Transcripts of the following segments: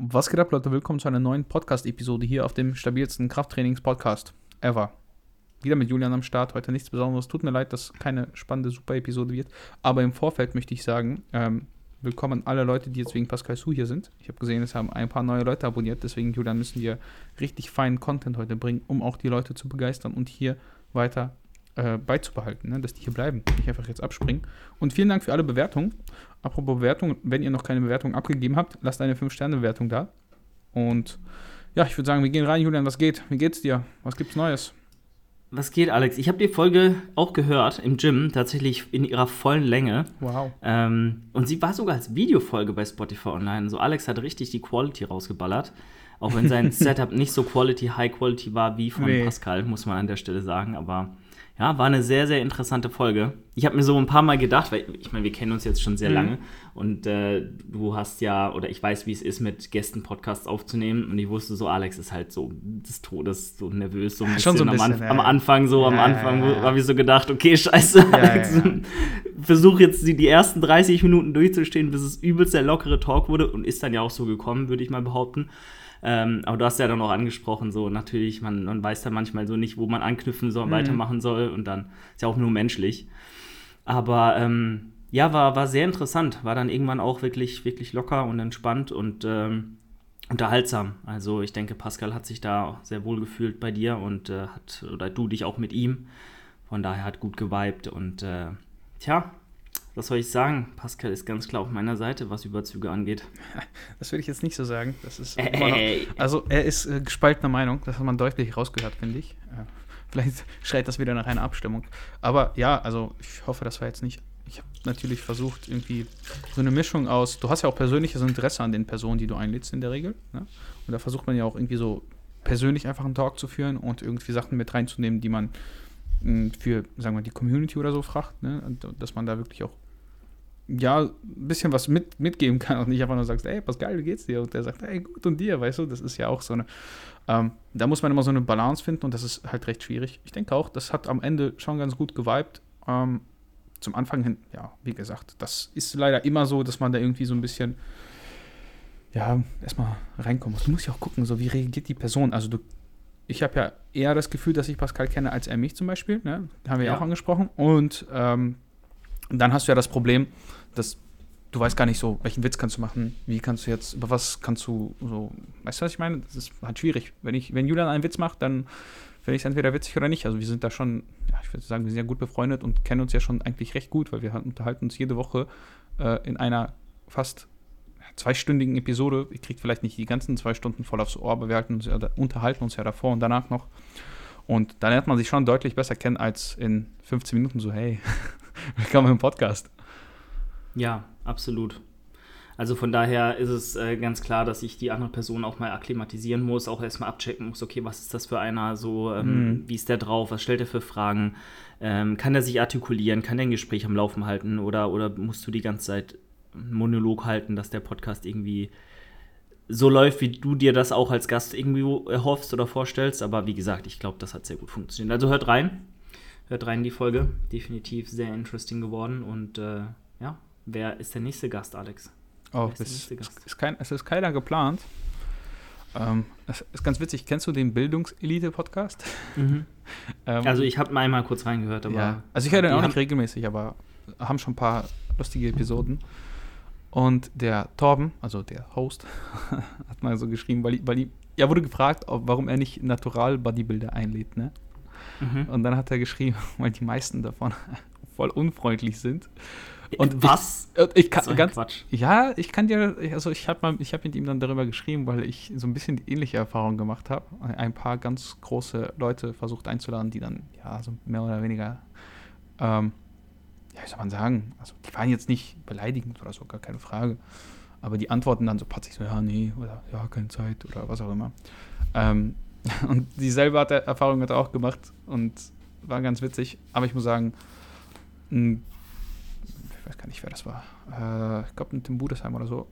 Was geht ab, Leute? Willkommen zu einer neuen Podcast-Episode hier auf dem stabilsten Krafttrainings-Podcast ever. Wieder mit Julian am Start. Heute nichts Besonderes. Tut mir leid, dass keine spannende Super-Episode wird. Aber im Vorfeld möchte ich sagen, willkommen an alle Leute, die jetzt wegen Pascal Su hier sind. Ich habe gesehen, es haben ein paar neue Leute abonniert. Deswegen, Julian, müssen wir richtig feinen Content heute bringen, um auch die Leute zu begeistern und hier weiter beizubehalten, ne? Dass die hier bleiben, nicht einfach jetzt abspringen. Und vielen Dank für alle Bewertungen. Apropos Bewertung, wenn ihr noch keine Bewertung abgegeben habt, lasst eine 5-Sterne-Bewertung da. Und ja, ich würde sagen, wir gehen rein, Julian, was geht? Wie geht's dir? Was gibt's Neues? Was geht, Alex? Ich habe die Folge auch gehört im Gym, tatsächlich in ihrer vollen Länge. Wow. Und sie war sogar als Videofolge bei Spotify online. So, Alex hat richtig die Quality rausgeballert. Auch wenn sein Setup nicht so High Quality war wie von Pascal, muss man an der Stelle sagen. Aber ja, war eine sehr, sehr interessante Folge. Ich habe mir so ein paar Mal gedacht, weil ich meine, wir kennen uns jetzt schon sehr lange und du hast ja, oder ich weiß, wie es ist, mit Gästen Podcasts aufzunehmen und ich wusste so, Alex ist halt so des Todes, so nervös, so ein bisschen, schon so ein bisschen am Anfang habe ich so gedacht, okay, scheiße, Alex, Ja. versuch jetzt die ersten 30 Minuten durchzustehen, bis es übelst der lockere Talk wurde und ist dann ja auch so gekommen, würde ich mal behaupten. Aber du hast ja dann auch angesprochen, so natürlich, man weiß dann manchmal so nicht, wo man anknüpfen soll, weitermachen soll und dann ist ja auch nur menschlich. Aber ja, war sehr interessant, war dann irgendwann auch wirklich, wirklich locker und entspannt und unterhaltsam. Also ich denke, Pascal hat sich da auch sehr wohl gefühlt bei dir und oder du dich auch mit ihm. Von daher hat gut geweibt und was soll ich sagen? Pascal ist ganz klar auf meiner Seite, was Überzüge angeht. Das würde ich jetzt nicht so sagen. Das ist also er ist gespaltener Meinung. Das hat man deutlich rausgehört, finde ich. Vielleicht schreit das wieder nach einer Abstimmung. Aber ja, also ich hoffe, das war jetzt nicht. Ich habe natürlich versucht, irgendwie so eine Mischung aus. Du hast ja auch persönliches Interesse an den Personen, die du einlädst in der Regel. Ne? Und da versucht man ja auch irgendwie so persönlich einfach einen Talk zu führen und irgendwie Sachen mit reinzunehmen, die man für, sagen wir, die Community oder so fragt. Ne? Und dass man da wirklich auch ja, ein bisschen was mitgeben kann und nicht einfach nur sagst, ey, Pascal, wie geht's dir? Und der sagt, ey, gut, und dir, weißt du, das ist ja auch so eine, da muss man immer so eine Balance finden und das ist halt recht schwierig. Ich denke auch, das hat am Ende schon ganz gut geweibt. Zum Anfang hin, ja, wie gesagt, das ist leider immer so, dass man da irgendwie so ein bisschen, ja, erstmal reinkommen muss. Du musst ja auch gucken, so wie reagiert die Person, also ich habe ja eher das Gefühl, dass ich Pascal kenne, als er mich zum Beispiel, ne? Haben wir ja auch angesprochen und dann hast du ja das Problem, dass du weißt gar nicht so, welchen Witz kannst du machen, wie kannst du jetzt, über was kannst du so, weißt du, was ich meine? Das ist halt schwierig. Wenn Julian einen Witz macht, dann finde ich es entweder witzig oder nicht. Also wir sind da schon, ja, ich würde sagen, wir sind ja gut befreundet und kennen uns ja schon eigentlich recht gut, weil wir unterhalten uns jede Woche in einer fast 2-stündigen Episode. Ihr kriegt vielleicht nicht die ganzen 2 Stunden voll aufs Ohr, aber wir unterhalten uns ja davor und danach noch. Und da lernt man sich schon deutlich besser kennen als in 15 Minuten so, hey, willkommen im Podcast. Ja, absolut. Also von daher ist es ganz klar, dass ich die andere Person auch mal akklimatisieren muss, auch erstmal abchecken muss, okay, was ist das für einer, so, wie ist der drauf, was stellt er für Fragen, kann er sich artikulieren, kann er ein Gespräch am Laufen halten oder musst du die ganze Zeit einen Monolog halten, dass der Podcast irgendwie so läuft, wie du dir das auch als Gast irgendwie erhoffst oder vorstellst, aber wie gesagt, ich glaube, das hat sehr gut funktioniert. Also hört rein in die Folge, definitiv sehr interesting geworden und wer ist der nächste Gast, Alex? Oh, es ist keiner geplant. Es ist ganz witzig, kennst du den Bildungselite-Podcast? Also ich habe mal einmal kurz reingehört, aber... Ja. Also ich höre den auch nicht regelmäßig, aber haben schon ein paar lustige Episoden. Und der Torben, also der Host, hat mal so geschrieben, weil wurde gefragt, warum er nicht Natural-Bodybuilder einlädt, ne? Und dann hat er geschrieben, weil die meisten davon voll unfreundlich sind. Und was? Ich kann das ist Quatsch. Ja, ich kann dir, also ich hab mit ihm dann darüber geschrieben, weil ich so ein bisschen die ähnliche Erfahrung gemacht habe. Ein paar ganz große Leute versucht einzuladen, die dann, ja, so mehr oder weniger, wie soll man sagen, also die waren jetzt nicht beleidigend oder so, gar keine Frage. Aber die antworten dann so patzig so, ja, nee, oder ja, keine Zeit oder was auch immer. Und dieselbe Erfahrung hat er auch gemacht und war ganz witzig. Aber ich muss sagen, ich weiß gar nicht, wer das war. Ich glaube, mit Tim Budesheim oder so.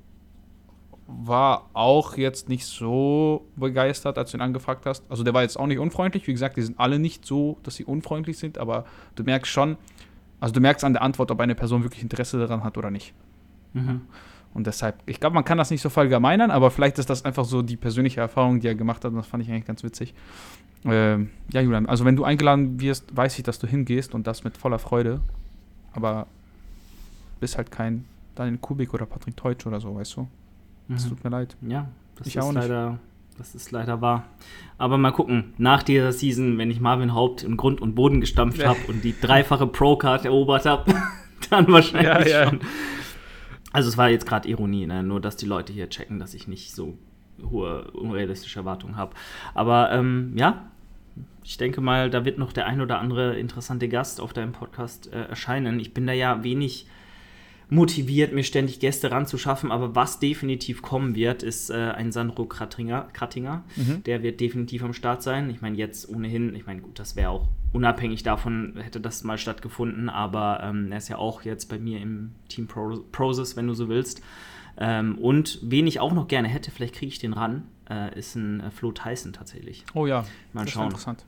War auch jetzt nicht so begeistert, als du ihn angefragt hast. Also der war jetzt auch nicht unfreundlich. Wie gesagt, die sind alle nicht so, dass sie unfreundlich sind. Aber du merkst schon, also du merkst an der Antwort, ob eine Person wirklich Interesse daran hat oder nicht. Und deshalb, ich glaube, man kann das nicht so verallgemeinern, aber vielleicht ist das einfach so die persönliche Erfahrung, die er gemacht hat. Und das fand ich eigentlich ganz witzig. Ja, Julian, also wenn du eingeladen wirst, weiß ich, dass du hingehst und das mit voller Freude. Aber bist halt kein Daniel Kubik oder Patrick Teutsch oder so, weißt du? Das tut mir leid. Ja, das ist leider wahr. Aber mal gucken, nach dieser Season, wenn ich Marvin Haupt in Grund und Boden gestampft habe und die dreifache Pro-Card erobert habe, dann wahrscheinlich schon. Also es war jetzt gerade Ironie, ne? Nur dass die Leute hier checken, dass ich nicht so hohe, unrealistische Erwartungen habe. Aber ja, ich denke mal, da wird noch der ein oder andere interessante Gast auf deinem Podcast erscheinen. Ich bin da ja wenig motiviert, mir ständig Gäste ranzuschaffen, aber was definitiv kommen wird, ist ein Sandro Krattinger. Der wird definitiv am Start sein. Ich meine, jetzt ohnehin, gut, das wäre auch unabhängig davon, hätte das mal stattgefunden, aber er ist ja auch jetzt bei mir im Team Prozess, wenn du so willst. Und wen ich auch noch gerne hätte, vielleicht kriege ich den ran, ist ein Flo Tyson tatsächlich. Oh ja, mal schauen. Interessant.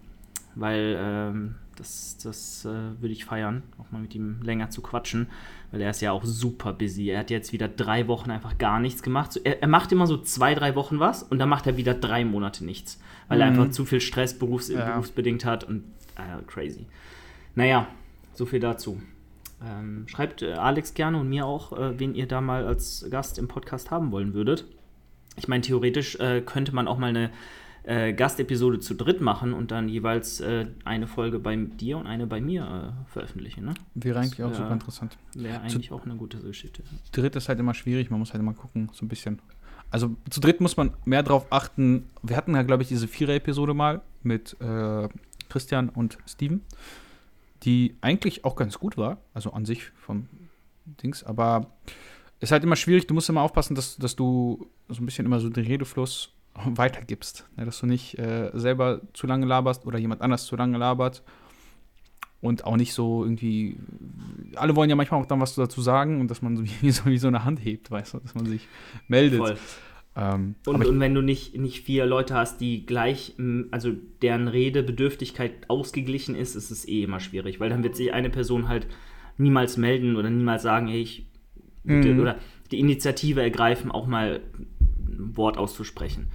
Weil das würde ich feiern, auch mal mit ihm länger zu quatschen, weil er ist ja auch super busy. Er hat jetzt wieder 3 Wochen einfach gar nichts gemacht. So, er macht immer so 2-3 Wochen was und dann macht er wieder 3 Monate nichts, weil er einfach zu viel Stress berufsbedingt hat und crazy. Naja, so viel dazu. Schreibt Alex gerne und mir auch, wen ihr da mal als Gast im Podcast haben wollen würdet. Ich meine, theoretisch könnte man auch mal eine Gastepisode zu dritt machen und dann jeweils eine Folge bei dir und eine bei mir veröffentlichen. Ne? Wäre eigentlich auch super interessant. Wäre eigentlich auch eine gute Geschichte. Dritt ist halt immer schwierig, man muss halt immer gucken, so ein bisschen. Also zu dritt muss man mehr drauf achten. Wir hatten ja, glaube ich, diese 4er-Episode mal mit Christian und Steven, die eigentlich auch ganz gut war, also an sich vom Dings, aber ist halt immer schwierig, du musst immer aufpassen, dass du so ein bisschen immer so den Redefluss weitergibst, ne? Dass du nicht selber zu lange laberst oder jemand anders zu lange labert und auch nicht so irgendwie, alle wollen ja manchmal auch dann was dazu sagen und dass man wie so eine Hand hebt, weißt du, dass man sich meldet. Voll. Und wenn du nicht 4 Leute hast, die gleich, also deren Redebedürftigkeit ausgeglichen ist, ist es immer schwierig, weil dann wird sich eine Person halt niemals melden oder niemals sagen, hey, ich bitte, oder die Initiative ergreifen, auch mal ein Wort auszusprechen.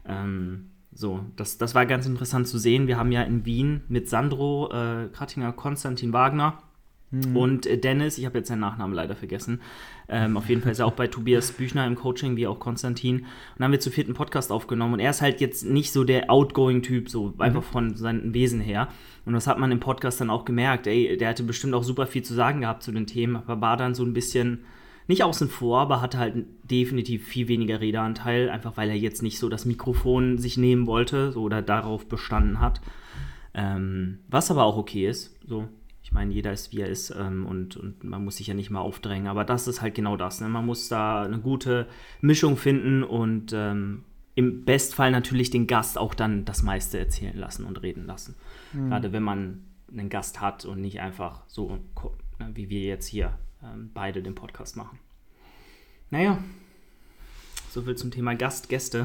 Das war ganz interessant zu sehen. Wir haben ja in Wien mit Sandro Krattinger, Konstantin Wagner und Dennis, ich habe jetzt seinen Nachnamen leider vergessen, auf jeden Fall ist er auch bei Tobias Büchner im Coaching, wie auch Konstantin. Und dann haben wir zu 4. Podcast aufgenommen und er ist halt jetzt nicht so der Outgoing-Typ, so einfach von seinem Wesen her. Und das hat man im Podcast dann auch gemerkt. Der hatte bestimmt auch super viel zu sagen gehabt zu den Themen, aber war dann so ein bisschen nicht außen vor, aber hatte halt definitiv viel weniger Redeanteil, einfach weil er jetzt nicht so das Mikrofon sich nehmen wollte oder darauf bestanden hat. Was aber auch okay ist. So, ich meine, jeder ist, wie er ist und man muss sich ja nicht mal aufdrängen. Aber das ist halt genau das. Ne? Man muss da eine gute Mischung finden und im Bestfall natürlich den Gast auch dann das meiste erzählen lassen und reden lassen. Gerade wenn man einen Gast hat und nicht einfach so, wie wir jetzt hier beide den Podcast machen. Naja, so viel zum Thema Gäste.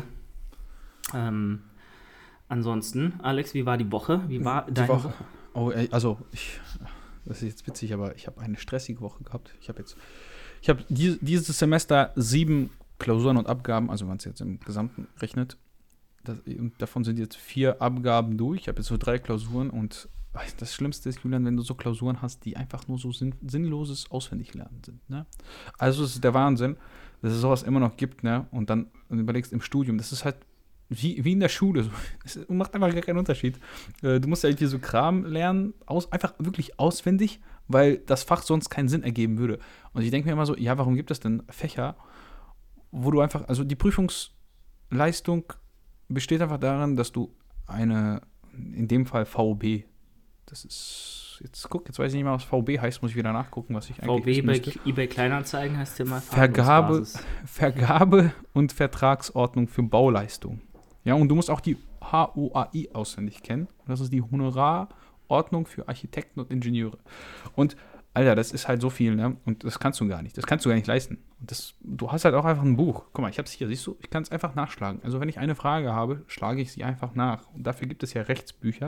Ansonsten, Alex, wie war die Woche? Wie war deine Woche? Oh, also, das ist jetzt witzig, aber ich habe eine stressige Woche gehabt. Ich habe dieses Semester 7 Klausuren und Abgaben, also wenn man es jetzt im Gesamten rechnet. Und davon sind jetzt 4 Abgaben durch. Ich habe jetzt so 3 Klausuren und das Schlimmste ist, Julian, wenn du so Klausuren hast, die einfach nur so sinnloses Auswendiglernen sind. Ne? Also es ist der Wahnsinn, dass es sowas immer noch gibt. Ne? Und dann überlegst im Studium, das ist halt wie in der Schule. Es macht einfach gar keinen Unterschied. Du musst ja irgendwie so Kram lernen, einfach wirklich auswendig, weil das Fach sonst keinen Sinn ergeben würde. Und ich denke mir immer so, ja, warum gibt es denn Fächer, wo du einfach, also die Prüfungsleistung besteht einfach darin, dass du in dem Fall VOB, das ist, jetzt weiß ich nicht mal, was VB heißt, muss ich wieder nachgucken, was ich eigentlich VB bei eBay Kleinanzeigen heißt ja mal Vergabe und Vertragsordnung für Bauleistung. Ja, und du musst auch die HOAI auswendig kennen. Das ist die Honorarordnung für Architekten und Ingenieure. Und, Alter, das ist halt so viel, ne? Und das kannst du gar nicht. Das kannst du gar nicht leisten. Und du hast halt auch einfach ein Buch. Guck mal, ich hab's hier, siehst du? Ich kann es einfach nachschlagen. Also, wenn ich eine Frage habe, schlage ich sie einfach nach. Und dafür gibt es ja Rechtsbücher.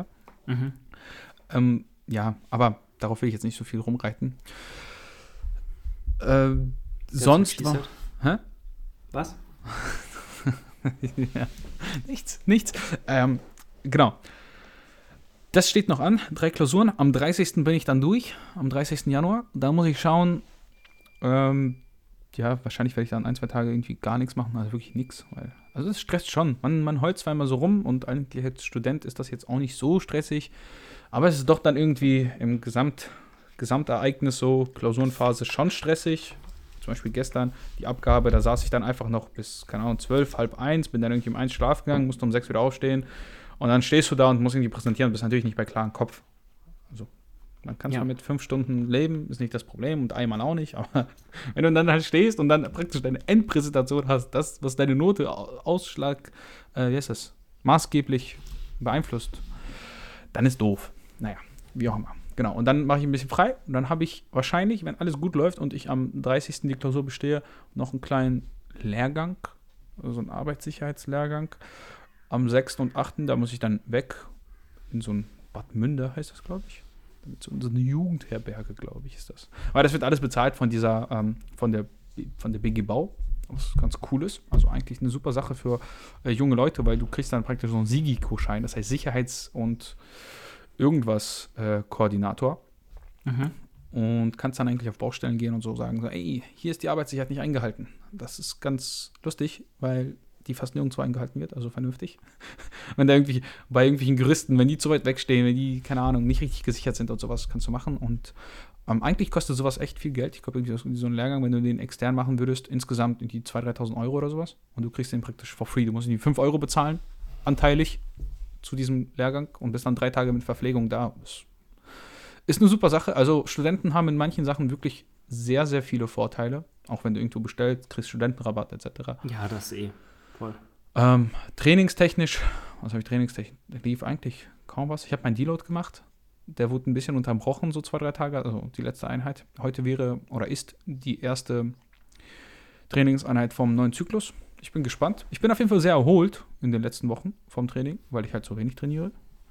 Ja, aber darauf will ich jetzt nicht so viel rumreiten. Sonst war... Hä? Was? Ja, nichts. Genau. Das steht noch an, 3 Klausuren. Am 30. bin ich dann durch, am 30. Januar. Da muss ich schauen, wahrscheinlich werde ich dann 1-2 Tage irgendwie gar nichts machen, also wirklich nichts. Also es stresst schon. Man heult zwar immer so rum und eigentlich als Student ist das jetzt auch nicht so stressig, aber es ist doch dann irgendwie im Gesamtereignis so, Klausurenphase schon stressig. Zum Beispiel gestern die Abgabe, da saß ich dann einfach noch bis, keine Ahnung, 12, halb 1, bin dann irgendwie um 1 schlafen gegangen, musste um 6 wieder aufstehen und dann stehst du da und musst irgendwie präsentieren und bist natürlich nicht bei klarem Kopf. Also man kann zwar mit 5 Stunden leben, ist nicht das Problem und einmal auch nicht, aber wenn du dann halt stehst und dann praktisch deine Endpräsentation hast, das, was deine Note maßgeblich beeinflusst, dann ist doof. Naja, wie auch immer. Genau, und dann mache ich ein bisschen frei und dann habe ich wahrscheinlich, wenn alles gut läuft und ich am 30. die Klausur bestehe, noch einen kleinen Lehrgang, also einen Arbeitssicherheitslehrgang. Am 6. und 8. da muss ich dann weg in so ein Bad Münder, heißt das, glaube ich. So eine Jugendherberge, glaube ich, ist das. Aber das wird alles bezahlt von dieser, von der BG Bau, was ganz cool ist. Also eigentlich eine super Sache für junge Leute, weil du kriegst dann praktisch so einen SIGICO-Schein, das heißt Sicherheits- und irgendwas Koordinator. Und kannst dann eigentlich auf Baustellen gehen und so sagen, so, ey, hier ist die Arbeitssicherheit nicht eingehalten. Das ist ganz lustig, weil die fast nirgendwo eingehalten wird, also vernünftig. Wenn da irgendwie bei irgendwelchen Gerüsten, wenn die zu weit wegstehen, wenn die, keine Ahnung, nicht richtig gesichert sind und sowas, kannst du machen. Und eigentlich kostet sowas echt viel Geld. Ich glaube, irgendwie so ein Lehrgang, wenn du den extern machen würdest, insgesamt irgendwie 2.000, 3.000 Euro oder sowas. Und du kriegst den praktisch for free. Du musst irgendwie 5 Euro bezahlen, anteilig zu diesem Lehrgang und bist dann 3 Tage mit Verpflegung da. Ist eine super Sache. Also Studenten haben in manchen Sachen wirklich sehr, sehr viele Vorteile. Auch wenn du irgendwo bestellst, kriegst Studentenrabatt etc. Ja, das voll. Trainingstechnisch, lief eigentlich kaum was. Ich habe meinen Deload gemacht. Der wurde ein bisschen unterbrochen, so 2-3 Tage, also die letzte Einheit. Heute ist die erste Trainingseinheit vom neuen Zyklus. Ich bin gespannt. Ich bin auf jeden Fall sehr erholt in den letzten Wochen vom Training, weil ich halt so wenig trainiere.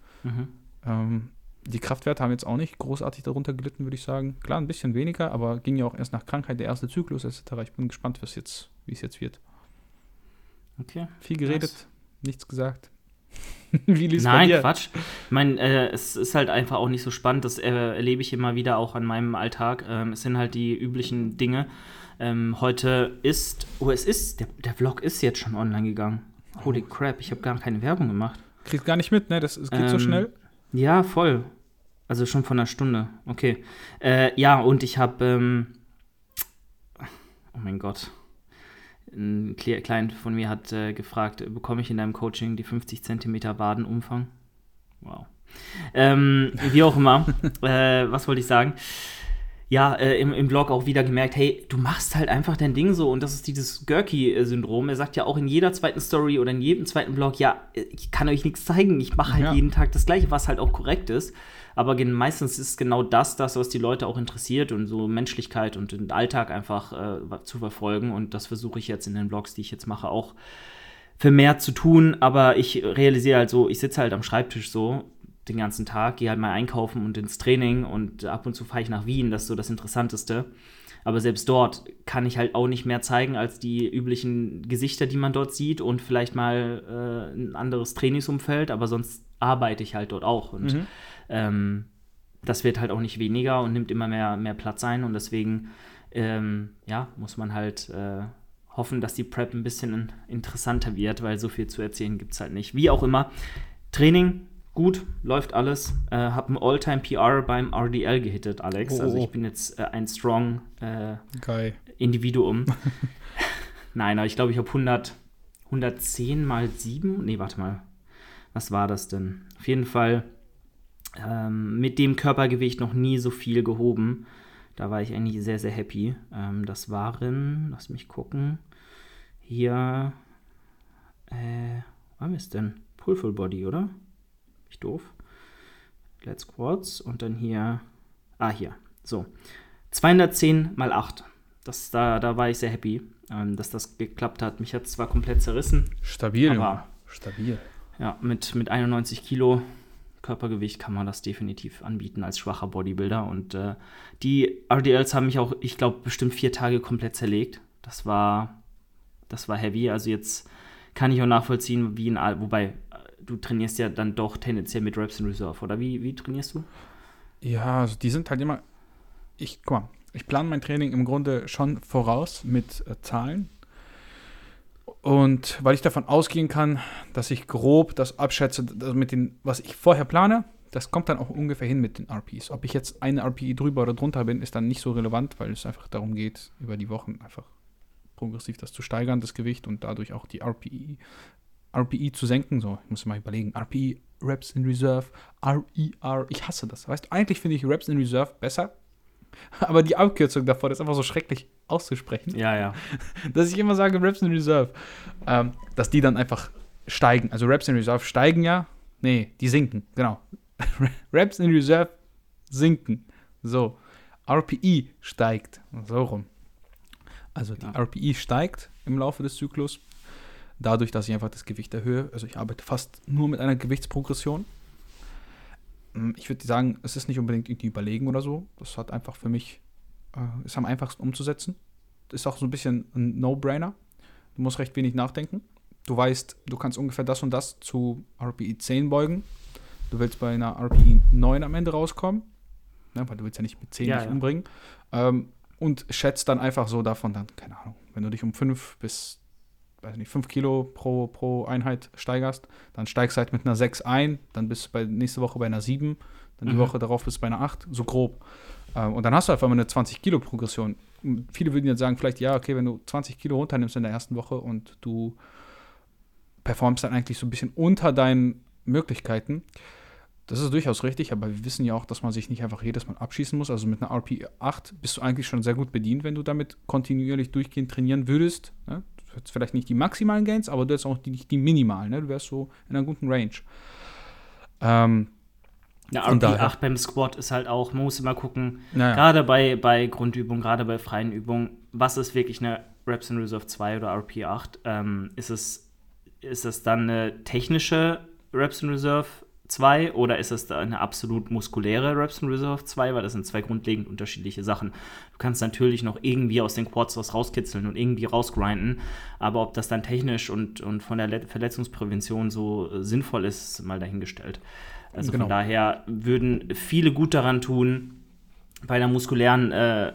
Die Kraftwerte haben jetzt auch nicht großartig darunter gelitten, würde ich sagen. Klar, ein bisschen weniger, aber ging ja auch erst nach Krankheit der erste Zyklus etc. Ich bin gespannt, wie es jetzt wird. Okay. Viel geredet, nichts gesagt. Wie liest Nein, bei dir? Quatsch. Ich meine, es ist halt einfach auch nicht so spannend. Das erlebe ich immer wieder auch an meinem Alltag. Es sind halt die üblichen Dinge. Heute der Vlog ist jetzt schon online gegangen. Holy crap, ich habe gar keine Werbung gemacht. Kriegst gar nicht mit, ne? Es geht so schnell. Ja, voll. Also schon von einer Stunde. Okay. Ja, und ich habe, oh mein Gott. Ein Client von mir hat gefragt, bekomme ich in deinem Coaching die 50 cm Wadenumfang? Wow. Wie auch immer. Was wollte ich sagen? Ja, im Blog auch wieder gemerkt, hey, du machst halt einfach dein Ding so und das ist dieses Görki-Syndrom. Er sagt ja auch in jeder zweiten Story oder in jedem zweiten Blog, ja, ich kann euch nichts zeigen, ich mache halt jeden Tag das Gleiche, was halt auch korrekt ist. Aber meistens ist genau das, was die Leute auch interessiert und so Menschlichkeit und den Alltag einfach zu verfolgen. Und das versuche ich jetzt in den Vlogs, die ich jetzt mache, auch vermehrt zu tun. Aber ich realisiere halt so, ich sitze halt am Schreibtisch so den ganzen Tag, gehe halt mal einkaufen und ins Training und ab und zu fahre ich nach Wien, das ist so das Interessanteste. Aber selbst dort kann ich halt auch nicht mehr zeigen als die üblichen Gesichter, die man dort sieht und vielleicht mal ein anderes Trainingsumfeld, aber sonst arbeite ich halt dort auch und das wird halt auch nicht weniger und nimmt immer mehr Platz ein und deswegen muss man halt hoffen, dass die Prep ein bisschen interessanter wird, weil so viel zu erzählen gibt es halt nicht. Wie auch immer, Training gut, läuft alles. Hab ein All-Time-PR beim RDL gehittet, Alex. Also ich bin jetzt ein strong Individuum. Nein, aber ich glaube, ich habe 110 mal 7. Nee, warte mal. Was war das denn? Auf jeden Fall mit dem Körpergewicht noch nie so viel gehoben. Da war ich eigentlich sehr, sehr happy. Das waren, lass mich gucken, hier, was ist denn? Pull-Full Body, oder? Ich doof. Let's Quads und dann hier, hier, so. 210 mal 8. Da war ich sehr happy, dass das geklappt hat. Mich hat es zwar komplett zerrissen. Stabil, aber stabil. Ja, mit 91 Kilo Körpergewicht kann man das definitiv anbieten als schwacher Bodybuilder. Und die RDLs haben mich auch, ich glaube, bestimmt 4 Tage komplett zerlegt. Das war das war heavy. Also jetzt kann ich auch nachvollziehen, wobei du trainierst ja dann doch tendenziell mit Reps in Reserve, oder wie trainierst du? Ja, also die sind halt immer, ich plane mein Training im Grunde schon voraus mit Zahlen. Und weil ich davon ausgehen kann, dass ich grob das abschätze, mit den, was ich vorher plane, das kommt dann auch ungefähr hin mit den RPs. Ob ich jetzt eine RPI drüber oder drunter bin, ist dann nicht so relevant, weil es einfach darum geht, über die Wochen einfach progressiv das zu steigern, das Gewicht, und dadurch auch die RPI zu senken. So, ich muss mal überlegen, RPI, Reps in Reserve, RER, ich hasse das. Weißt du, eigentlich finde ich Reps in Reserve besser, aber die Abkürzung davor ist einfach so schrecklich auszusprechen. Ja. Dass ich immer sage Reps in Reserve, dass die dann einfach steigen. Also Reps in Reserve steigen ja, nee, die sinken, genau. Reps in Reserve sinken. So, RPI steigt, so rum. Also die RPI steigt im Laufe des Zyklus, dadurch, dass ich einfach das Gewicht erhöhe. Also ich arbeite fast nur mit einer Gewichtsprogression. Ich würde sagen, es ist nicht unbedingt irgendwie überlegen oder so. Das hat einfach für mich, ist am einfachsten umzusetzen. Das ist auch so ein bisschen ein No-Brainer. Du musst recht wenig nachdenken. Du weißt, du kannst ungefähr das und das zu RPI 10 beugen. Du willst bei einer RPI 9 am Ende rauskommen, ne, weil du willst ja nicht mit 10 dich umbringen. Und schätzt dann einfach so davon dann, keine Ahnung, wenn du dich um 5 bis, weiß nicht, 5 Kilo pro Einheit steigerst, dann steigst du halt mit einer 6 ein, dann bist du nächste Woche bei einer 7, dann die Woche darauf bist du bei einer 8, so grob. Und dann hast du einfach mal eine 20 Kilo Progression. Viele würden jetzt sagen, vielleicht, ja, okay, wenn du 20 Kilo runternimmst in der ersten Woche und du performst dann eigentlich so ein bisschen unter deinen Möglichkeiten, das ist durchaus richtig, aber wir wissen ja auch, dass man sich nicht einfach jedes Mal abschießen muss. Also mit einer RP 8 bist du eigentlich schon sehr gut bedient, wenn du damit kontinuierlich durchgehend trainieren würdest. Ne? Du hättest vielleicht nicht die maximalen Gains, aber du hättest auch nicht die minimalen. Ne? Du wärst so in einer guten Range. RP 8 beim Squat ist halt auch, man muss immer gucken, gerade bei Grundübungen, gerade bei freien Übungen, was ist wirklich eine Reps in Reserve 2 oder RP 8? Ist es dann eine technische Reps in Reserve 2 oder ist es da eine absolut muskuläre Reps in Reserve 2, weil das sind zwei grundlegend unterschiedliche Sachen. Du kannst natürlich noch irgendwie aus den Quads was rauskitzeln und irgendwie rausgrinden, aber ob das dann technisch und von der Verletzungsprävention so sinnvoll ist, mal dahingestellt. Also Von daher würden viele gut daran tun, bei einer muskulären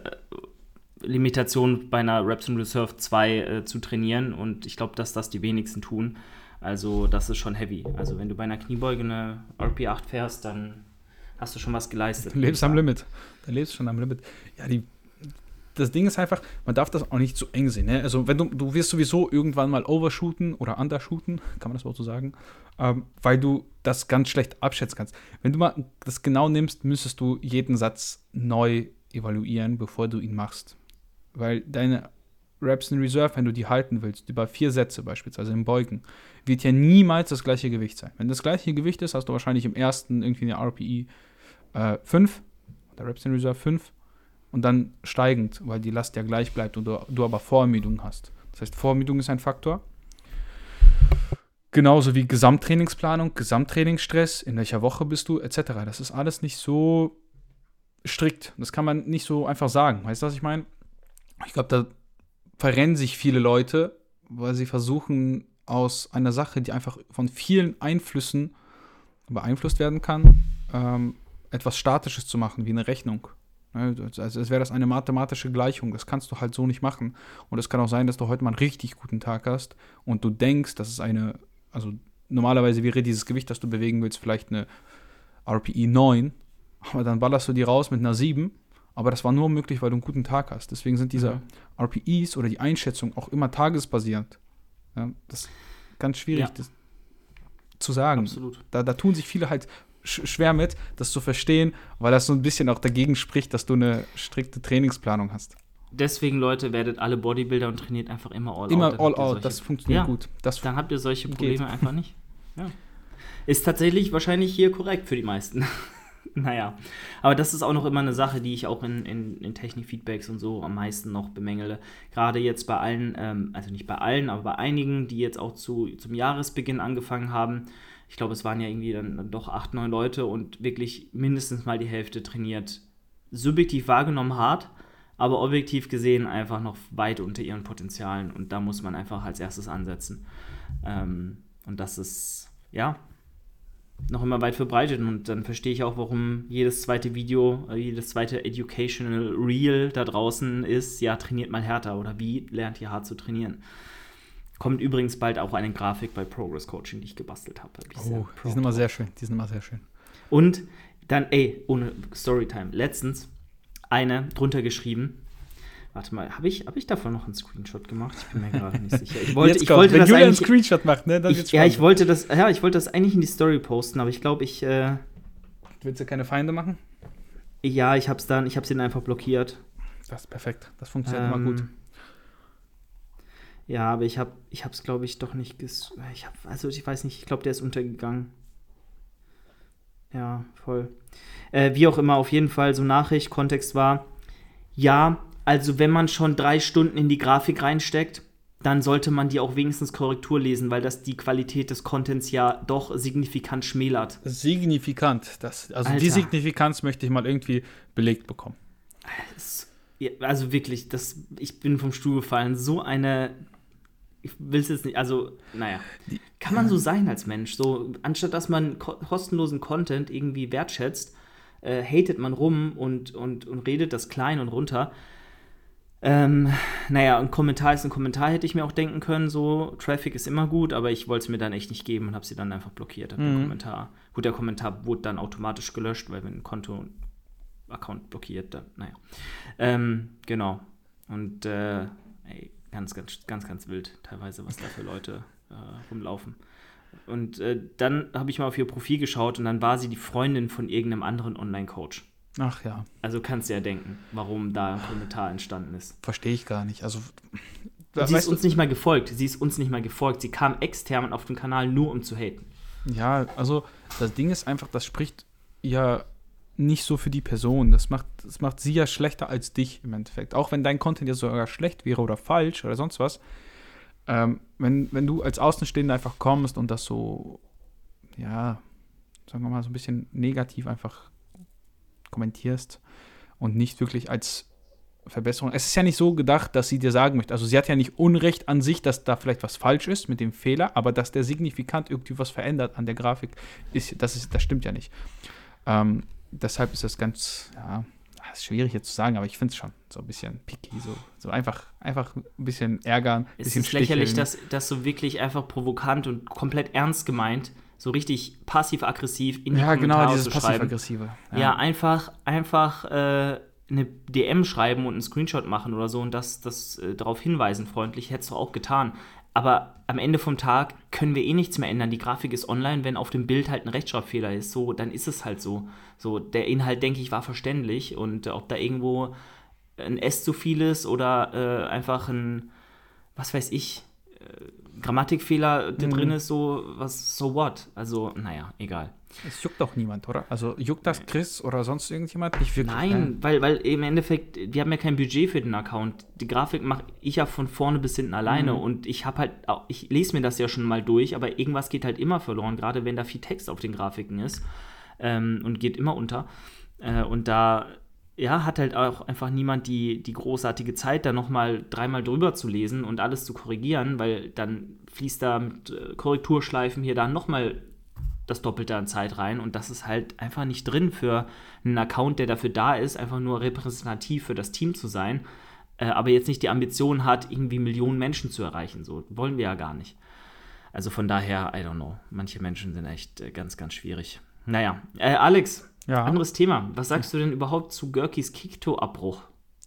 Limitation bei einer Reps in Reserve 2 zu trainieren, und ich glaube, dass das die wenigsten tun. Also das ist schon heavy. Also wenn du bei einer Kniebeuge eine RP8 fährst, dann hast du schon was geleistet. Du lebst am Limit. Du lebst schon am Limit. Ja, das Ding ist einfach, man darf das auch nicht zu eng sehen. Ne? Also wenn du wirst sowieso irgendwann mal overshooten oder undershooten, kann man das auch so sagen, weil du das ganz schlecht abschätzen kannst. Wenn du mal das genau nimmst, müsstest du jeden Satz neu evaluieren, bevor du ihn machst. Weil deine Reps in Reserve, wenn du die halten willst, über 4 Sätze beispielsweise im Beugen, wird ja niemals das gleiche Gewicht sein. Wenn das gleiche Gewicht ist, hast du wahrscheinlich im ersten irgendwie eine RPI 5, oder Reps in Reserve 5, und dann steigend, weil die Last ja gleich bleibt und du aber Vorermüdung hast. Das heißt, Vorermüdung ist ein Faktor. Genauso wie Gesamttrainingsplanung, Gesamttrainingsstress, in welcher Woche bist du, etc. Das ist alles nicht so strikt. Das kann man nicht so einfach sagen. Weißt du, was ich meine? Ich glaube, da verrennen sich viele Leute, weil sie versuchen, aus einer Sache, die einfach von vielen Einflüssen beeinflusst werden kann, etwas Statisches zu machen, wie eine Rechnung. Also als wäre das eine mathematische Gleichung. Das kannst du halt so nicht machen. Und es kann auch sein, dass du heute mal einen richtig guten Tag hast und du denkst, das ist also normalerweise wäre dieses Gewicht, das du bewegen willst, vielleicht eine RPI 9, aber dann ballerst du die raus mit einer 7. Aber das war nur möglich, weil du einen guten Tag hast. Deswegen sind diese RPIs oder die Einschätzung auch immer tagesbasierend. Ja, das ist ganz schwierig das zu sagen. Absolut. Da tun sich viele halt schwer mit, das zu verstehen, weil das so ein bisschen auch dagegen spricht, dass du eine strikte Trainingsplanung hast. Deswegen, Leute, werdet alle Bodybuilder und trainiert einfach immer all out. Immer all out, das funktioniert gut. Dann habt ihr solche Probleme einfach nicht. Ja. Ist tatsächlich wahrscheinlich hier korrekt für die meisten. Naja, aber das ist auch noch immer eine Sache, die ich auch in Technik-Feedbacks und so am meisten noch bemängele. Gerade jetzt bei allen, also nicht bei allen, aber bei einigen, die jetzt auch zum Jahresbeginn angefangen haben. Ich glaube, es waren ja irgendwie dann doch 8, 9 Leute und wirklich mindestens mal die Hälfte trainiert. Subjektiv wahrgenommen hart, aber objektiv gesehen einfach noch weit unter ihren Potenzialen und da muss man einfach als erstes ansetzen. Und das ist, ja, noch immer weit verbreitet und dann verstehe ich auch, warum jedes zweite Video, jedes zweite Educational Reel da draußen ist, ja, trainiert mal härter oder wie lernt ihr hart zu trainieren. Kommt übrigens bald auch eine Grafik bei Progress Coaching, die ich gebastelt habe. Die sind immer sehr schön, Und dann, ohne Storytime, letztens eine drunter geschrieben. Warte mal, habe ich davon noch einen Screenshot gemacht? Ich bin mir gerade nicht sicher. Ich wollte wenn das Julian einen Screenshot macht, ne, dann wird's ich wollte das eigentlich in die Story posten, aber ich glaube, Willst du keine Feinde machen? Ja, ich hab's ihn einfach blockiert. Das ist perfekt. Das funktioniert immer gut. Ja, aber ich hab's, glaube ich, doch nicht ich weiß nicht, ich glaube, der ist untergegangen. Ja, voll. Wie auch immer, auf jeden Fall, so Nachricht, Kontext war, ja, also wenn man schon 3 Stunden in die Grafik reinsteckt, dann sollte man die auch wenigstens Korrektur lesen, weil das die Qualität des Contents ja doch signifikant schmälert. Signifikant. Alter. Die Signifikanz möchte ich mal irgendwie belegt bekommen. Also wirklich, ich bin vom Stuhl gefallen. So eine, ich will es jetzt nicht, also, naja. Kann man so sein als Mensch? So, anstatt dass man kostenlosen Content irgendwie wertschätzt, hatet man rum und redet das klein und runter. Naja, ein Kommentar ist ein Kommentar, hätte ich mir auch denken können, so, Traffic ist immer gut, aber ich wollte es mir dann echt nicht geben und habe sie dann einfach blockiert, den Kommentar. Gut, der Kommentar wurde dann automatisch gelöscht, weil wenn ein Konto-Account blockiert, dann, naja. Genau. Und, ganz, ganz, ganz, ganz wild teilweise, was da für Leute rumlaufen. Und dann habe ich mal auf ihr Profil geschaut und dann war sie die Freundin von irgendeinem anderen Online-Coach. Ach ja. Also kannst du ja denken, warum da ein Kommentar entstanden ist. Verstehe ich gar nicht. Also, sie ist uns nicht mal gefolgt. Sie kam extern auf den Kanal nur, um zu haten. Ja, also das Ding ist einfach, das spricht ja nicht so für die Person. Das macht sie ja schlechter als dich im Endeffekt. Auch wenn dein Content ja sogar schlecht wäre oder falsch oder sonst was. Wenn du als Außenstehender einfach kommst und das so, ja, sagen wir mal, so ein bisschen negativ einfach kommentierst und nicht wirklich als Verbesserung. Es ist ja nicht so gedacht, dass sie dir sagen möchte, also sie hat ja nicht Unrecht an sich, dass da vielleicht was falsch ist mit dem Fehler, aber dass der signifikant irgendwie was verändert an der Grafik, das stimmt ja nicht. Deshalb ist das ganz, ja, ist schwierig jetzt zu sagen, aber ich finde es schon so ein bisschen picky, so einfach ein bisschen ärgern, ein bisschen sticheln. Es ist lächerlich, dass so wirklich einfach provokant und komplett ernst gemeint so richtig passiv-aggressiv in die Kommentare genau, dieses zu schreiben. Passiv-Aggressive. Ja, einfach eine DM schreiben und einen Screenshot machen oder so und das darauf hinweisen, freundlich, hättest du auch getan. Aber am Ende vom Tag können wir nichts mehr ändern. Die Grafik ist online, wenn auf dem Bild halt ein Rechtschreibfehler ist, so, dann ist es halt so. So, der Inhalt, denke ich, war verständlich und ob da irgendwo ein S zu viel ist oder einfach ein, was weiß ich, Grammatikfehler drin ist, so what? Also, naja, egal. Es juckt doch niemand, oder? Also juckt das Chris oder sonst irgendjemand nicht wirklich? Nein, weil im Endeffekt, wir haben ja kein Budget für den Account. Die Grafik mache ich ja von vorne bis hinten alleine und ich lese mir das ja schon mal durch, aber irgendwas geht halt immer verloren, gerade wenn da viel Text auf den Grafiken ist und geht immer unter. Und da hat halt auch einfach niemand die großartige Zeit, da nochmal 3-mal drüber zu lesen und alles zu korrigieren, weil dann fließt da mit Korrekturschleifen hier da nochmal das Doppelte an Zeit rein und das ist halt einfach nicht drin für einen Account, der dafür da ist, einfach nur repräsentativ für das Team zu sein, aber jetzt nicht die Ambition hat, irgendwie Millionen Menschen zu erreichen. So wollen wir ja gar nicht. Also von daher, I don't know. Manche Menschen sind echt ganz, ganz schwierig. Naja, Alex, anderes Thema. Was sagst du denn überhaupt zu Görkis Kikto-Abbruch?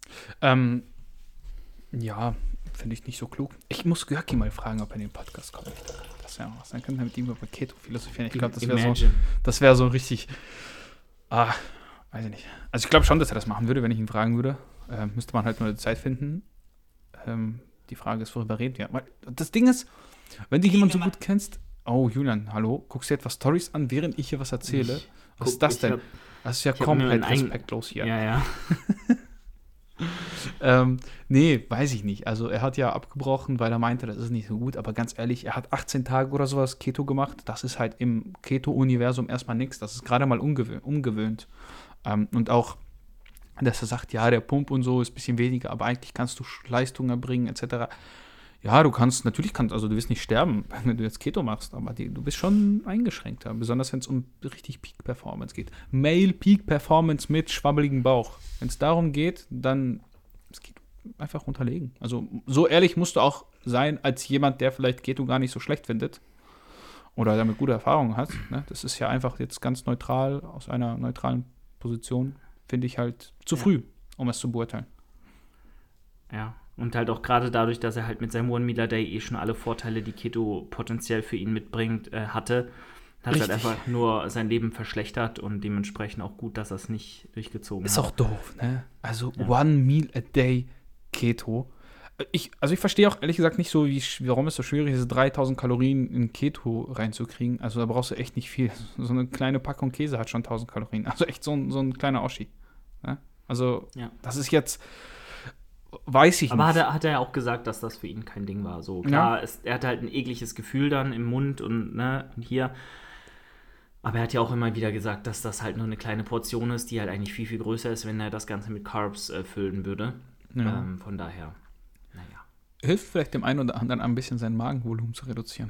Ja, finde ich nicht so klug. Ich muss Görki mal fragen, ob er in den Podcast kommt. Das wäre was. Dann können wir mit ihm über Keto philosophieren. Ich glaube, das wäre so richtig. Weiß ich nicht. Also ich glaube schon, dass er das machen würde, wenn ich ihn fragen würde. Müsste man halt nur die Zeit finden. Die Frage ist, worüber reden wir? Das Ding ist, wenn du jemanden so gut kennst. Oh, Julian, hallo, guckst du etwas Stories an, während ich hier was erzähle? Was ist das denn? Das ist ja komplett respektlos hier. Ja. Nee, weiß ich nicht. Also er hat ja abgebrochen, weil er meinte, das ist nicht so gut. Aber ganz ehrlich, er hat 18 Tage oder sowas Keto gemacht. Das ist halt im Keto-Universum erstmal nichts. Das ist gerade mal ungewöhnt. Und auch dass er sagt, ja, der Pump und so ist ein bisschen weniger, aber eigentlich kannst du Leistung erbringen, etc. Ja, also du wirst nicht sterben, wenn du jetzt Keto machst, aber du bist schon eingeschränkter, besonders wenn es um richtig Peak-Performance geht. Male Peak-Performance mit schwabbeligem Bauch. Wenn es darum geht, dann es geht einfach unterlegen. Also so ehrlich musst du auch sein, als jemand, der vielleicht Keto gar nicht so schlecht findet oder damit gute Erfahrungen hat. Ne? Das ist ja einfach jetzt ganz neutral, aus einer neutralen Position, finde ich halt zu früh, um es zu beurteilen. Ja, und halt auch gerade dadurch, dass er halt mit seinem One Meal a Day schon alle Vorteile, die Keto potenziell für ihn mitbringt, hatte, hat halt einfach nur sein Leben verschlechtert und dementsprechend auch gut, dass er es nicht durchgezogen hat. Ist auch doof, ne? Also One Meal a Day Keto. Ich verstehe auch ehrlich gesagt nicht so, warum es so schwierig ist, 3000 Kalorien in Keto reinzukriegen. Also da brauchst du echt nicht viel. So eine kleine Packung Käse hat schon 1000 Kalorien. Also echt so ein kleiner Oschi. Ne? Also das ist jetzt, weiß ich aber nicht. Aber hat er ja auch gesagt, dass das für ihn kein Ding war. So klar, er hatte halt ein ekliges Gefühl dann im Mund und hier. Aber er hat ja auch immer wieder gesagt, dass das halt nur eine kleine Portion ist, die halt eigentlich viel, viel größer ist, wenn er das Ganze mit Carbs füllen würde. Ja. Von daher, hilft vielleicht dem einen oder anderen ein bisschen sein Magenvolumen zu reduzieren.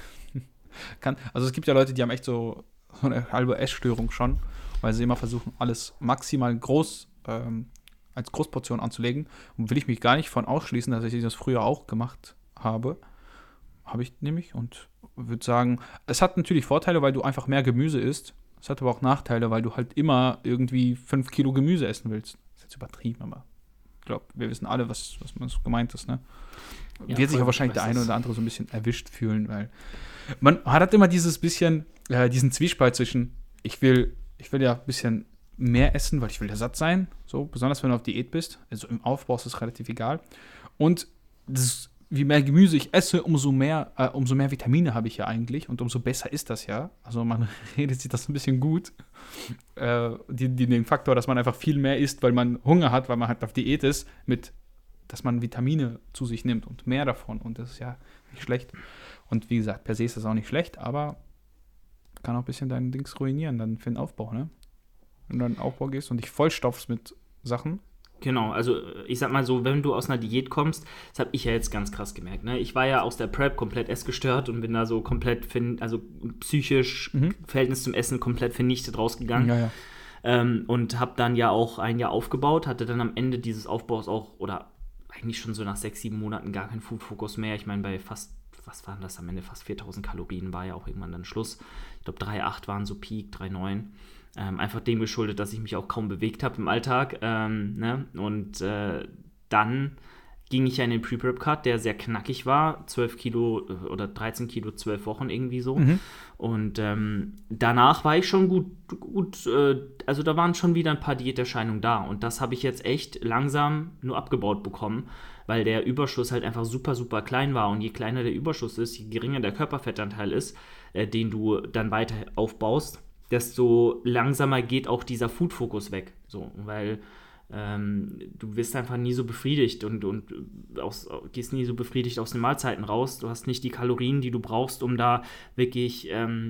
Also es gibt ja Leute, die haben echt so eine halbe Essstörung schon, weil sie immer versuchen, alles maximal groß als Großportion anzulegen. Und will ich mich gar nicht von ausschließen, dass ich das früher auch gemacht habe. Habe ich nämlich und würde sagen, es hat natürlich Vorteile, weil du einfach mehr Gemüse isst. Es hat aber auch Nachteile, weil du halt immer irgendwie 5 Kilo Gemüse essen willst. Das ist jetzt übertrieben, aber ich glaube, wir wissen alle, was gemeint ist, ne? Wird sich auch wahrscheinlich der eine oder andere so ein bisschen erwischt fühlen, weil man hat immer dieses bisschen, diesen Zwiespalt zwischen, ich will ja ein bisschen mehr essen, weil ich will ja satt sein, so, besonders wenn du auf Diät bist, also im Aufbau ist das relativ egal. Und wie mehr Gemüse ich esse, umso mehr Vitamine habe ich ja eigentlich und umso besser ist das ja. Also man redet sich das ein bisschen gut. Den Faktor, dass man einfach viel mehr isst, weil man Hunger hat, weil man halt auf Diät ist, dass man Vitamine zu sich nimmt und mehr davon. Und das ist ja nicht schlecht. Und wie gesagt, per se ist das auch nicht schlecht, aber kann auch ein bisschen deinen Dings ruinieren dann für den Aufbau, ne? Wenn du in den Aufbau gehst und dich vollstopfst mit Sachen. Genau, also ich sag mal so, wenn du aus einer Diät kommst, das habe ich ja jetzt ganz krass gemerkt, ne? Ich war ja aus der Prep komplett essgestört und bin da so komplett, psychisch, Verhältnis zum Essen komplett vernichtet rausgegangen. Ja. Und habe dann ja auch ein Jahr aufgebaut, hatte dann am Ende dieses Aufbaus auch, oder eigentlich schon so nach 6-7 Monaten gar keinen Food-Fokus mehr. Ich meine, bei fast, was waren das am Ende, fast 4000 Kalorien war ja auch irgendwann dann Schluss. Ich glaube 3,8 waren so Peak, 3,9. Einfach dem geschuldet, dass ich mich auch kaum bewegt habe im Alltag. Und dann ging ich ja in den Pre-Prep-Cut, der sehr knackig war, 12 Kilo oder 13 Kilo, 12 Wochen irgendwie so. Und danach war ich schon gut, also da waren schon wieder ein paar Diäterscheinungen da. Und das habe ich jetzt echt langsam nur abgebaut bekommen, weil der Überschuss halt einfach super, super klein war. Und je kleiner der Überschuss ist, je geringer der Körperfettanteil ist, den du dann weiter aufbaust, desto langsamer geht auch dieser Food-Fokus weg. So, weil du wirst einfach nie so befriedigt und gehst nie so befriedigt aus den Mahlzeiten raus. Du hast nicht die Kalorien, die du brauchst, um da wirklich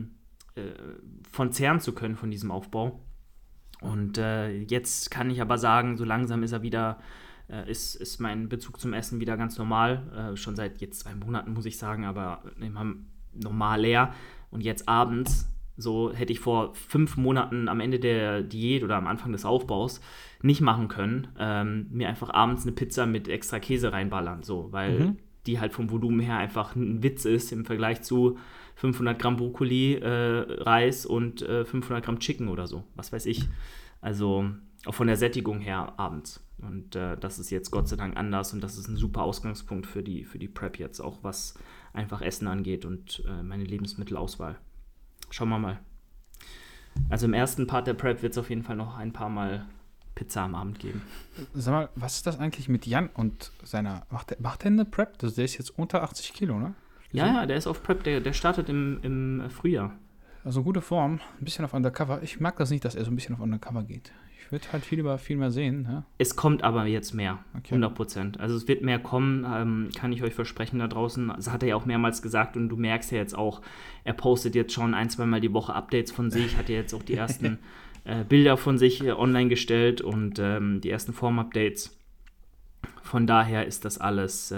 von zehren zu können von diesem Aufbau. Und jetzt kann ich aber sagen, so langsam ist er wieder, ist mein Bezug zum Essen wieder ganz normal. Schon seit jetzt 2 Monaten, muss ich sagen, aber immer normal leer. Und jetzt abends, so hätte ich vor 5 Monaten am Ende der Diät oder am Anfang des Aufbaus nicht machen können, mir einfach abends eine Pizza mit extra Käse reinballern, so, weil die halt vom Volumen her einfach ein Witz ist im Vergleich zu 500 Gramm Brokkoli, Reis und 500 Gramm Chicken oder so, was weiß ich. Also auch von der Sättigung her abends. Und das ist jetzt Gott sei Dank anders und das ist ein super Ausgangspunkt für die Prep jetzt, auch was einfach Essen angeht und meine Lebensmittelauswahl. Schauen wir mal. Also im ersten Part der Prep wird es auf jeden Fall noch ein paar Mal Pizza am Abend geben. Sag mal, was ist das eigentlich mit Jan und seiner, macht der eine Prep? Der ist jetzt unter 80 Kilo, ne? Ja, der ist auf Prep, der startet im Frühjahr. Also gute Form, ein bisschen auf Undercover. Ich mag das nicht, dass er so ein bisschen auf Undercover geht. Ich würde halt viel mehr sehen. Ja? Es kommt aber jetzt mehr, 100%. Also es wird mehr kommen, kann ich euch versprechen da draußen. Das hat er ja auch mehrmals gesagt und du merkst ja jetzt auch, er postet jetzt schon 1-2 Mal die Woche Updates von sich, hat ja jetzt auch die ersten Bilder von sich online gestellt und die ersten Form-Updates. Von daher ist das alles,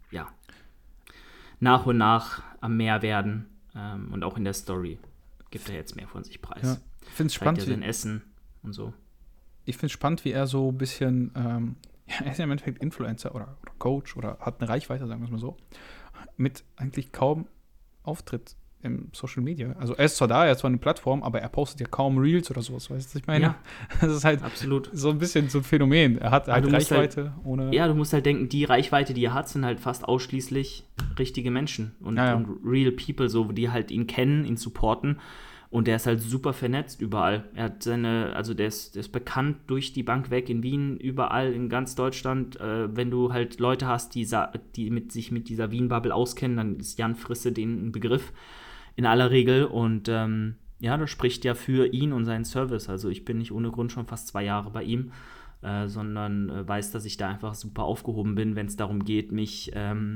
nach und nach am mehr werden und auch in der Story gibt er jetzt mehr von sich preis. Ja. Ich finde es spannend. Sein Essen und so. Ich finde es spannend, wie er so ein bisschen, er ist ja im Endeffekt Influencer oder Coach oder hat eine Reichweite, sagen wir es mal so, mit eigentlich kaum Auftritt im Social Media. Also er ist zwar da, er hat zwar eine Plattform, aber er postet ja kaum Reels oder sowas, weißt du, was ich meine? Ja, das ist halt absolut. So ein bisschen so ein Phänomen. Er hat halt Reichweite halt, ohne... Ja, du musst halt denken, die Reichweite, die er hat, sind halt fast ausschließlich richtige Menschen und real people, so, die halt ihn kennen, ihn supporten. Und der ist halt super vernetzt überall. Er hat der ist bekannt durch die Bank weg in Wien, überall in ganz Deutschland. Wenn du halt Leute hast, die sich mit dieser Wien-Bubble auskennen, dann ist Jan Frisse denen ein Begriff in aller Regel. Und das spricht ja für ihn und seinen Service. Also ich bin nicht ohne Grund schon fast 2 Jahre bei ihm, sondern weiß, dass ich da einfach super aufgehoben bin, wenn es darum geht, mich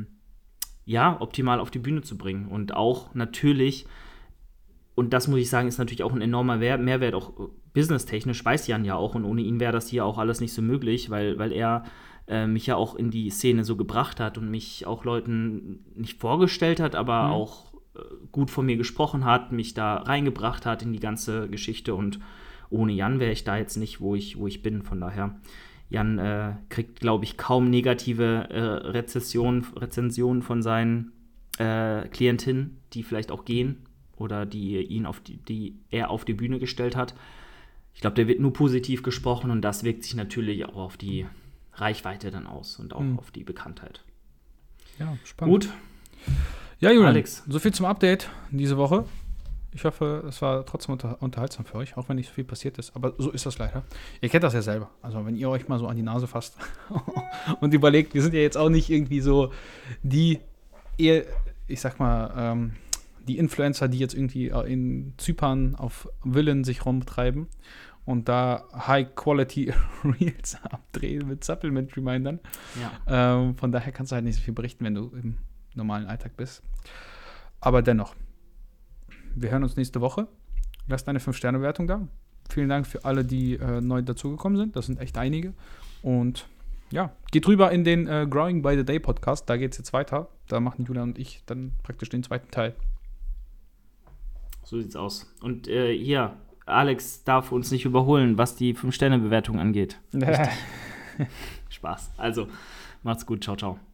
optimal auf die Bühne zu bringen. Und auch natürlich... Und das muss ich sagen, ist natürlich auch ein enormer Mehrwert, auch businesstechnisch, weiß Jan ja auch. Und ohne ihn wäre das hier auch alles nicht so möglich, weil er mich ja auch in die Szene so gebracht hat und mich auch Leuten nicht vorgestellt hat, aber auch gut von mir gesprochen hat, mich da reingebracht hat in die ganze Geschichte. Und ohne Jan wäre ich da jetzt nicht, wo ich bin. Von daher, Jan kriegt, glaube ich, kaum negative Rezensionen von seinen Klientinnen, die vielleicht auch gehen. Oder die er auf die Bühne gestellt hat. Ich glaube, der wird nur positiv gesprochen und das wirkt sich natürlich auch auf die Reichweite dann aus und auch auf die Bekanntheit. Ja, spannend. Gut. Ja, Julian, Alex. So viel zum Update diese Woche. Ich hoffe, es war trotzdem unterhaltsam für euch, auch wenn nicht so viel passiert ist. Aber so ist das leider. Ihr kennt das ja selber. Also wenn ihr euch mal so an die Nase fasst und überlegt, wir sind ja jetzt auch nicht irgendwie so die Influencer, die jetzt irgendwie in Zypern auf Villen sich rumtreiben und da High-Quality-Reels abdrehen mit Supplement-Remindern. Ja. Von daher kannst du halt nicht so viel berichten, wenn du im normalen Alltag bist. Aber dennoch, wir hören uns nächste Woche. Lass deine 5-Sterne-Bewertung da. Vielen Dank für alle, die neu dazugekommen sind. Das sind echt einige. Und ja, geht rüber in den Growing by the Day Podcast. Da geht es jetzt weiter. Da machen Julian und ich dann praktisch den zweiten Teil. So sieht's aus. Und hier, Alex darf uns nicht überholen, was die 5-Sterne-Bewertung angeht. Spaß. Also, macht's gut. Ciao, ciao.